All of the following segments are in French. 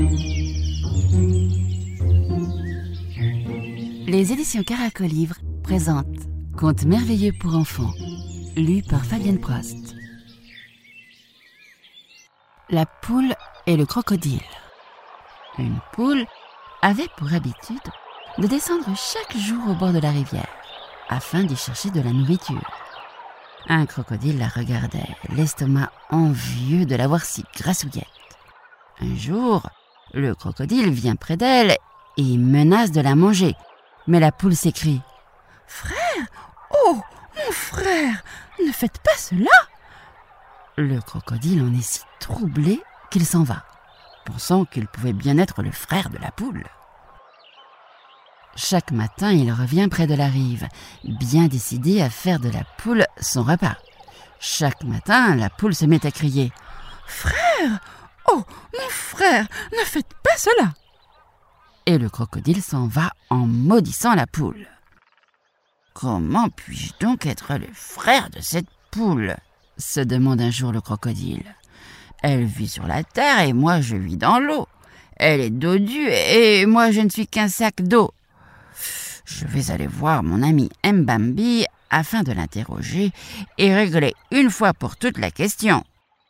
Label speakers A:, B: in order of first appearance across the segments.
A: Les éditions Caracolivre présentent Contes merveilleux pour enfants, lu par Fabienne Prost. La poule et le crocodile. Une poule avait pour habitude de descendre chaque jour au bord de la rivière afin d'y chercher de la nourriture. Un crocodile la regardait, l'estomac envieux de la voir si grassouillette. Un jour, le crocodile vient près d'elle et menace de la manger. Mais la poule s'écrie « Frère, oh, mon frère, ne faites pas cela !» Le crocodile en est si troublé qu'il s'en va, pensant qu'il pouvait bien être le frère de la poule. Chaque matin, il revient près de la rive, bien décidé à faire de la poule son repas. Chaque matin, la poule se met à crier « Frère, oh, mon frère, ne faites pas cela !» Et le crocodile s'en va en maudissant la poule. « Comment puis-je donc être le frère de cette poule ?» se demande un jour le crocodile. « Elle vit sur la terre et moi je vis dans l'eau. Elle est dodue et moi je ne suis qu'un sac d'eau. Je vais aller voir mon ami Mbambi afin de l'interroger et régler une fois pour toutes la question. »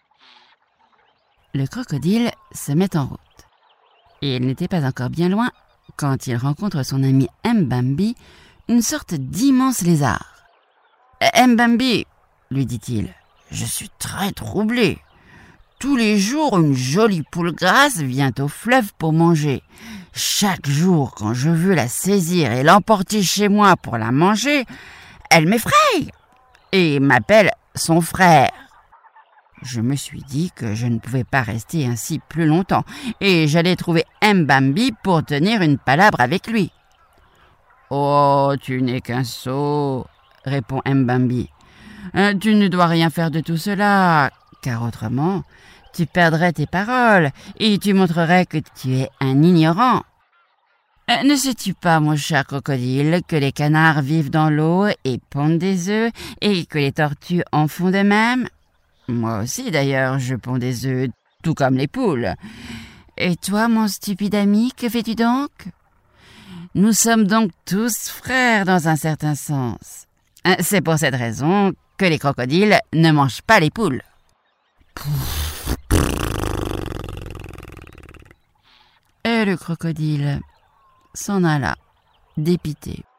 A: Le crocodile se met en route. Et il n'était pas encore bien loin quand il rencontre son ami Mbambi, une sorte d'immense lézard. « Mbambi, lui dit-il, je suis très troublé. Tous les jours, une jolie poule grasse vient au fleuve pour manger. Chaque jour, quand je veux la saisir et l'emporter chez moi pour la manger, elle m'effraie et m'appelle son frère. Je me suis dit que je ne pouvais pas rester ainsi plus longtemps et j'allais trouver Mbambi pour tenir une palabre avec lui. »« Oh, tu n'es qu'un sot, » répond Mbambi. « Tu ne dois rien faire de tout cela, car autrement, tu perdrais tes paroles et tu montrerais que tu es un ignorant. Ne sais-tu pas, mon cher crocodile, que les canards vivent dans l'eau et pondent des œufs et que les tortues en font de même ? Moi aussi, d'ailleurs, je ponds des œufs, tout comme les poules. Et toi, mon stupide ami, que fais-tu donc ? Nous sommes donc tous frères dans un certain sens. C'est pour cette raison que les crocodiles ne mangent pas les poules. » Et le crocodile s'en alla, dépité.